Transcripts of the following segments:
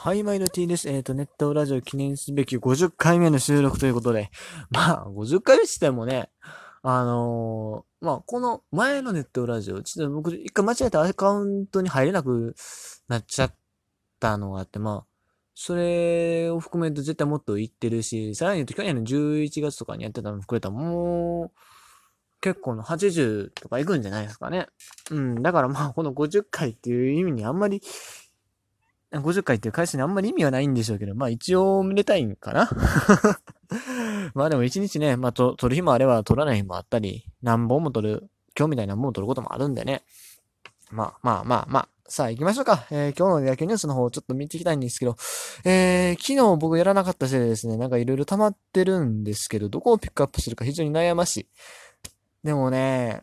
はい、マイルティです。ネットラジオ記念すべき50回目の収録ということで、まあ、50回目してもね、まあ、この前のネットラジオ、ちょっと僕、一回間違えたアカウントに入れなくなっちゃったのがあって、まあ、それを含めると絶対もっと言ってるし、さらに言うと去年の11月とかにやってたの含めたらもう、結構の80とか行くんじゃないですかね。うん、だからまあ、この50回っていう意味にあんまり50回っていう回数にあんまり意味はないんでしょうけど、まあ一応めでたいんかな。まあでも一日ね、まあ撮る日もあれば撮らない日もあったり、何本も撮る、今日みたいな何本も撮ることもあるんでね。まあ。さあ行きましょうか。今日の野球ニュースの方をちょっと見ていきたいんですけど、昨日僕やらなかったせいでですね、なんかいろいろ溜まってるんですけど、どこをピックアップするか非常に悩ましい。でもね、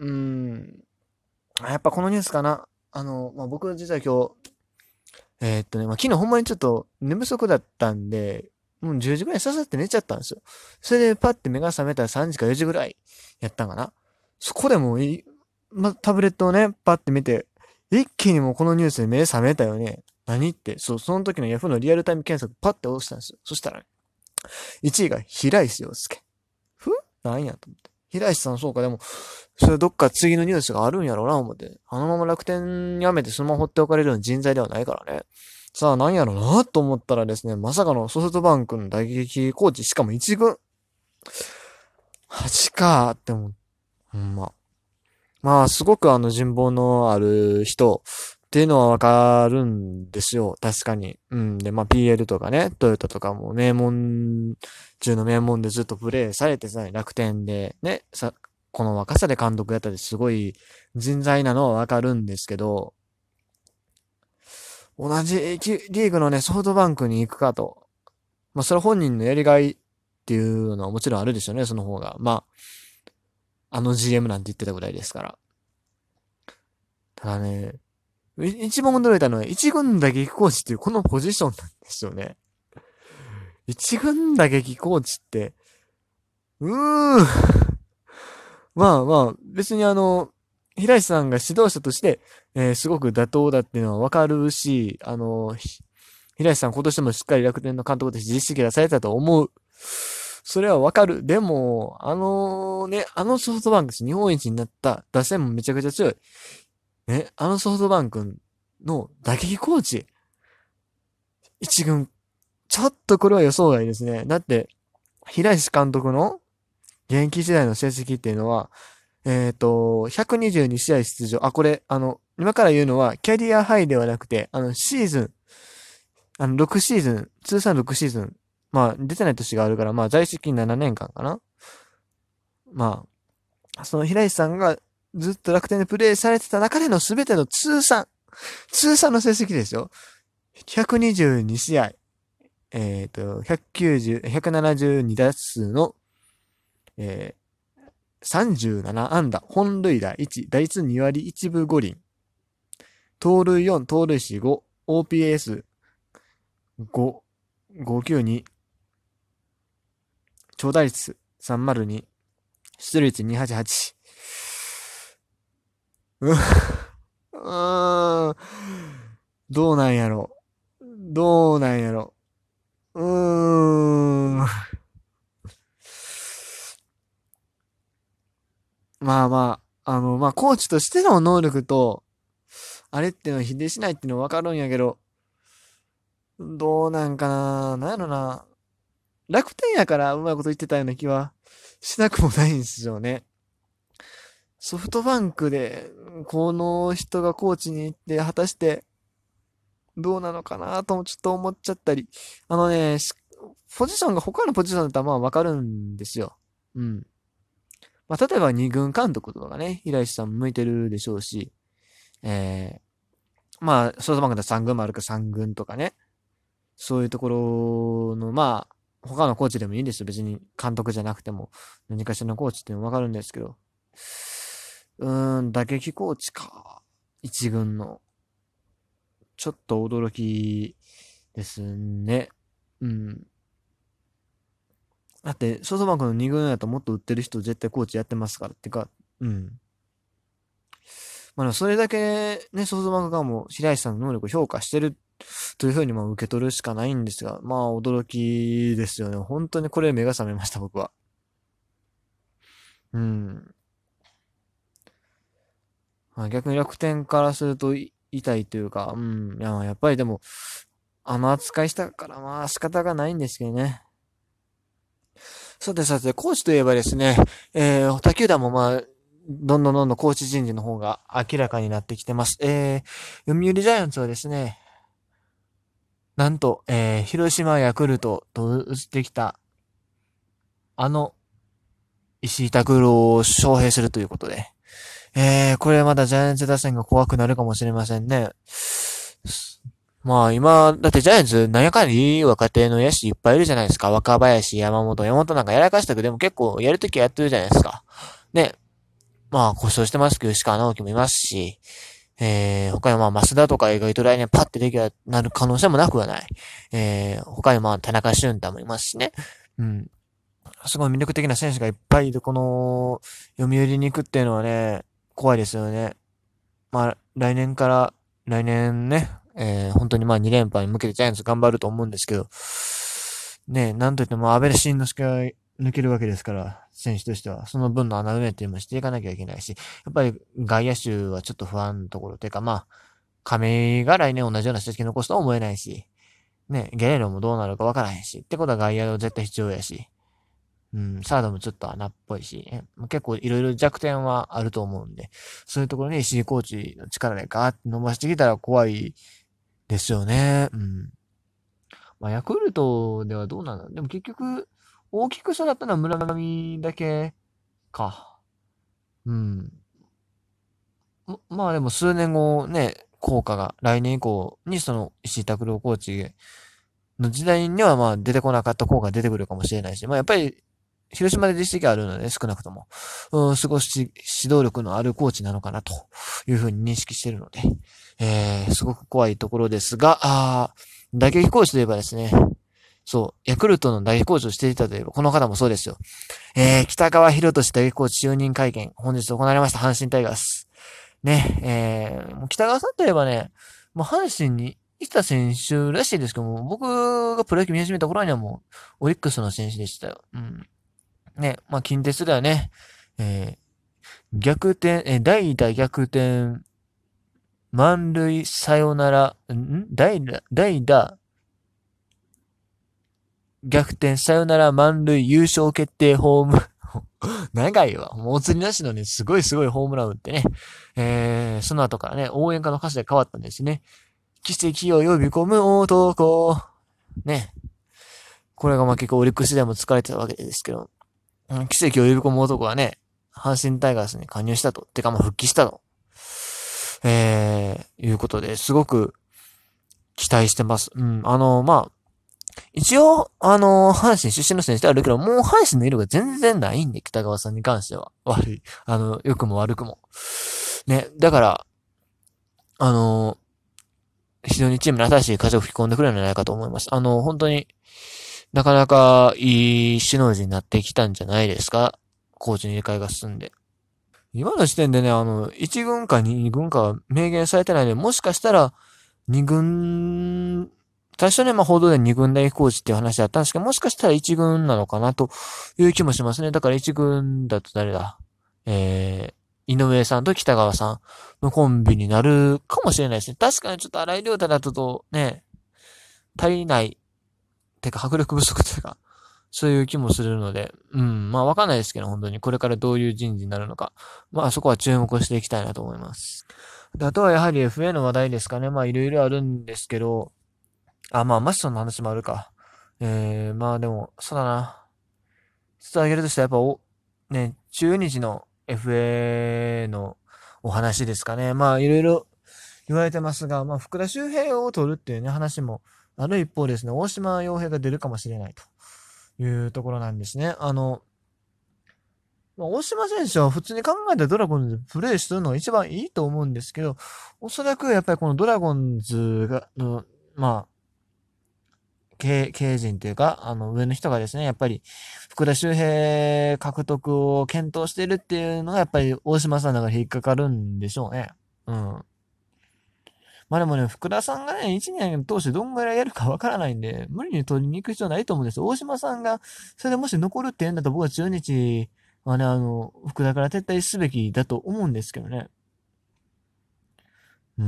やっぱこのニュースかな。まあ僕実は今日、まあ、昨日ほんまにちょっと寝不足だったんで、もう10時ぐらいささって寝ちゃったんですよ。それでパッて目が覚めたら3時か4時ぐらいやったんかな。そこでもうタブレットをね、パッて見て、一気にもうこのニュースで目覚めたよね。何って、そう、その時のヤフーのリアルタイム検索パッて押したんですよ。そしたらね、1位が平石洋介。なんやと思って。平石さんそうか、でも、それどっか次のニュースがあるんやろうな、思って。あのまま楽天やめてスマホっておかれるような人材ではないからね。さあ、なんやろうな、と思ったらですね、まさかのソフトバンクの打撃コーチ、しかも一軍。8かって思う。ほんま。まあ、すごく人望のある人っていうのはわかるんですよ。確かに。うん。で、まあ、PL とかね、トヨタとかも名門中の名門でずっとプレーされてさ、楽天でね、この若さで監督やったりすごい人材なのはわかるんですけど、同じリーグのね、ソフトバンクに行くかと。まあ、それは本人のやりがいっていうのはもちろんあるでしょうね、その方が。まあ、GM なんて言ってたぐらいですから。ただね、一番驚いたのは、一軍打撃コーチっていうこのポジションなんですよね。一軍打撃コーチって、うーん。別に平石さんが指導者として、すごく妥当だっていうのはわかるし、平石さん今年もしっかり楽天の監督として実績出されたと思う。それはわかる。でも、あのソフトバンク日本一になった打線もめちゃくちゃ強い。ね、あのソフトバンクの打撃コーチ、一軍、ちょっとこれは予想外ですね。だって、平石監督の現役時代の成績っていうのは、122試合出場。あ、これ、今から言うのは、キャリアハイではなくて、シーズン、6シーズン、通算6シーズン、まあ、出てない年があるから、まあ、在籍7年間かな。まあ、その平石さんがずっと楽天でプレーされてた中での全ての通算の成績ですよ。122試合、190、172打数の、え37安打、本塁打1、打率2割1分5厘、盗塁4、盗塁4、5、OPS5、592、長打率302、出塁率288。うーん、どうなんやろ。どうなんやろ。うーん。まあ、コーチとしての能力と、あれっていうのは比例しないっていうのはわかるんやけど、どうなんかな。なんやろな。楽天やからうまいこと言ってたような気はしなくもないんですよね。ソフトバンクで、この人がコーチに行って、果たしてどうなのかなともちょっと思っちゃったり。あのね、ポジションが他のポジションだったらまあわかるんですよ。うん。まあ、例えば二軍監督とかね、平石さん向いてるでしょうし、えまあ、ソフトバンクで三軍もあるから三軍とかね。そういうところの、まあ、他のコーチでもいいんですよ。別に監督じゃなくても、何かしらのコーチっていうのもわかるんですけど。打撃コーチか。一軍の。ちょっと驚きですね。うん。だって、ソフトバンクの二軍やともっと売ってる人絶対コーチやってますから。ってか、うん。まあ、それだけね、ソフトバンク側も白石さんの能力を評価してるというふうに受け取るしかないんですが、驚きですよね。本当にこれ目が覚めました、僕は。うん。逆に楽天からすると痛いというか、やっぱりでも、あの扱いしたから仕方がないんですけどね。さてさて、コーチといえばですね、他球団もどんどんコーチ人事の方が明らかになってきてます。読売ジャイアンツはですね、なんと、広島ヤクルトと移ってきた、あの、石井拓郎を招聘するということで、これまだジャイアンツ打線が怖くなるかもしれませんね。今、だってジャイアンツ、なんやかんやいい若手の野手いっぱいいるじゃないですか。若林、山本なんかやらかしたくでも結構やるときはやってるじゃないですか。ね。故障してますけど、石川直樹もいますし、他に増田とか意外と来年パッてできなる可能性もなくはない。他に田中俊太もいますしね。うん。すごい魅力的な選手がいっぱいいる、この、読売に行くっていうのはね、怖いですよね。来年ね、本当に2連覇に向けてジャイアンツ頑張ると思うんですけど、ね、なんといっても安倍晋之助が抜けるわけですから、選手としては、その分の穴埋めっていうのもしていかなきゃいけないし、やっぱり外野手はちょっと不安なところ、ていうか亀井が来年同じような成績残すとは思えないし、ね、ゲレーロもどうなるかわからへんし、ってことは外野は絶対必要やし、サードもちょっと穴っぽいし、結構いろいろ弱点はあると思うんで、そういうところに石井コーチの力でガーって伸ばしてきたら怖いですよね。ヤクルトではどうなんだ。でも結局、大きく育ったのは村上だけか。うん。でも数年後ね、効果が来年以降にその石井拓郎コーチの時代には出てこなかった効果が出てくるかもしれないし、やっぱり広島で実績あるので少なくとも、少し指導力のあるコーチなのかなというふうに認識しているので、すごく怖いところですが、打撃コーチといえばですね、そう、ヤクルトの打撃コーチをしていたといえば、この方もそうですよ。北川博俊打撃コーチ就任会見、本日行われました阪神タイガース。ね、もう北川さんといえばね、もう阪神にいた選手らしいですけども、僕がプロ野球見始めた頃にはもう、オリックスの選手でしたよ。ね、近鉄ではね、え逆転、代打逆転、満塁サヨナラ、代打逆転サヨナラ満塁優勝決定ホーム長いわ。もうお釣りなしのね、すごいホームラン打ってね。その後からね、応援歌の歌詞で変わったんですね。奇跡を呼び込む男。ね。これが結構オリックスでも使われてたわけですけど、奇跡を呼び込む男はね、阪神タイガースに加入したと。てか復帰したと。いうことで、すごく期待してます。一応、阪神出身の選手ではあるけど、もう阪神の色が全然ないんで、北川さんに関しては。悪い。良くも悪くも。ね、だから、あの、非常にチームに新しい風を吹き込んでくれるんじゃないかと思います。本当になかなかいい首脳陣になってきたんじゃないですか。コーチの入れ替えが進んで。今の時点でね、1軍か2軍かは明言されてないので、もしかしたら、2軍、最初ね、報道で2軍大コーチっていう話だったんですけど、もしかしたら1軍なのかなという気もしますね。だから1軍だと誰だ井上さんと北川さんのコンビになるかもしれないですね。確かにちょっと荒井亮太だとね、足りない、てか迫力不足というか、そういう気もするので、わかんないですけど、本当にこれからどういう人事になるのか。そこは注目していきたいなと思います。であとはやはり FA の話題ですかね。いろいろあるんですけど、マシソンの話もあるか。でも、そうだな。一つ挙げるとしたらやっぱ中日の FA のお話ですかね。いろいろ言われてますが、福田周平を取るっていうね、話もある一方ですね、大島洋平が出るかもしれないというところなんですね。大島選手は普通に考えたらドラゴンズでプレイするのが一番いいと思うんですけど、おそらくやっぱりこのドラゴンズが、経営陣というか、上の人がですね、やっぱり、福田周平獲得を検討しているっていうのが、やっぱり大島さんの中で引っかかるんでしょうね。うん。 まあでもね、福田さんがね、1年通してどんぐらいやるかわからないんで、無理に取りに行く必要ないと思うんですよ。大島さんが、それでもし残るって言うんだったら僕は中日はね、福田から撤退すべきだと思うんですけどね。うん。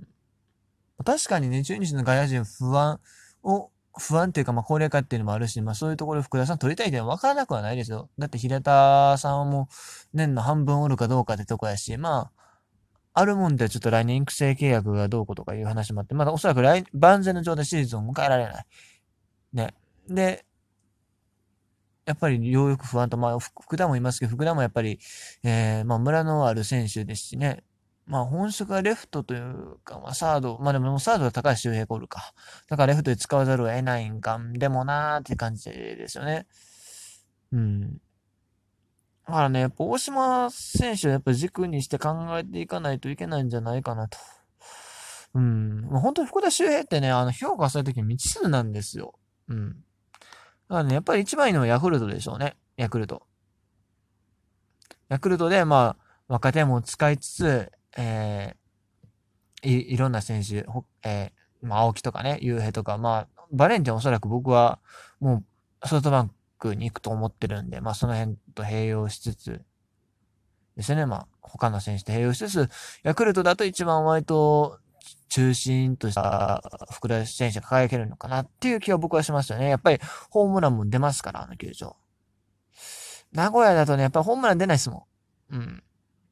確かにね、中日の外野陣不安っていうか、まあ、高齢化っていうのもあるし、まあ、そういうところ福田さん取りたいっていうのは分からなくはないですよ。だって平田さんはもう、年の半分おるかどうかってとこやし、まあ、あるもんでちょっと来年育成契約がどうこうとかいう話もあって、まだおそらく万全の状態でシーズンを迎えられない。ね。で、やっぱりようやく不安と、まあ、福田もいますけど、福田もやっぱり、まあ、村のある選手ですしね。まあ、本職はレフトというか、まあ、サード、まあでもサードは高橋周平コールか。だからレフトで使わざるを得ないんか、でもなーって感じですよね。うん。だからね、やっぱ大島選手はやっぱ軸にして考えていかないといけないんじゃないかなと。うん。まあ、本当に福田周平ってね、評価されるとき未知数なんですよ。うん。だからね、やっぱり一番いいのはヤクルトでしょうね。ヤクルト。ヤクルトで、まあ、若手も使いつつ、いろんな選手、まあ、青木とかね、雄平とか、まあ、バレンティンおそらく僕は、もう、ソフトバンクに行くと思ってるんで、まあ、その辺と併用しつつ、ですね、まあ、他の選手と併用しつつ、ヤクルトだと一番割と、中心とした福田選手が輝けるのかなっていう気は僕はしますよね。やっぱりホームランも出ますから、あの球場。名古屋だとね、やっぱりホームラン出ないですもん。うん。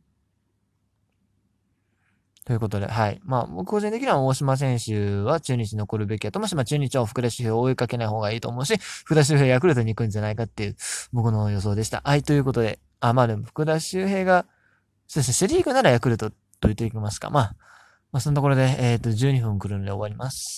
ということで、はい。まあ、僕個人的には大島選手は中日に残るべきだと思うし、まあ中日は福田周平を追いかけない方がいいと思うし、福田周平ヤクルトに行くんじゃないかっていう僕の予想でした。はい。ということで、まあでも福田周平が、そうですね、セリーグならヤクルトと言っていきますか。まあ、そのところで、12分来るので終わります。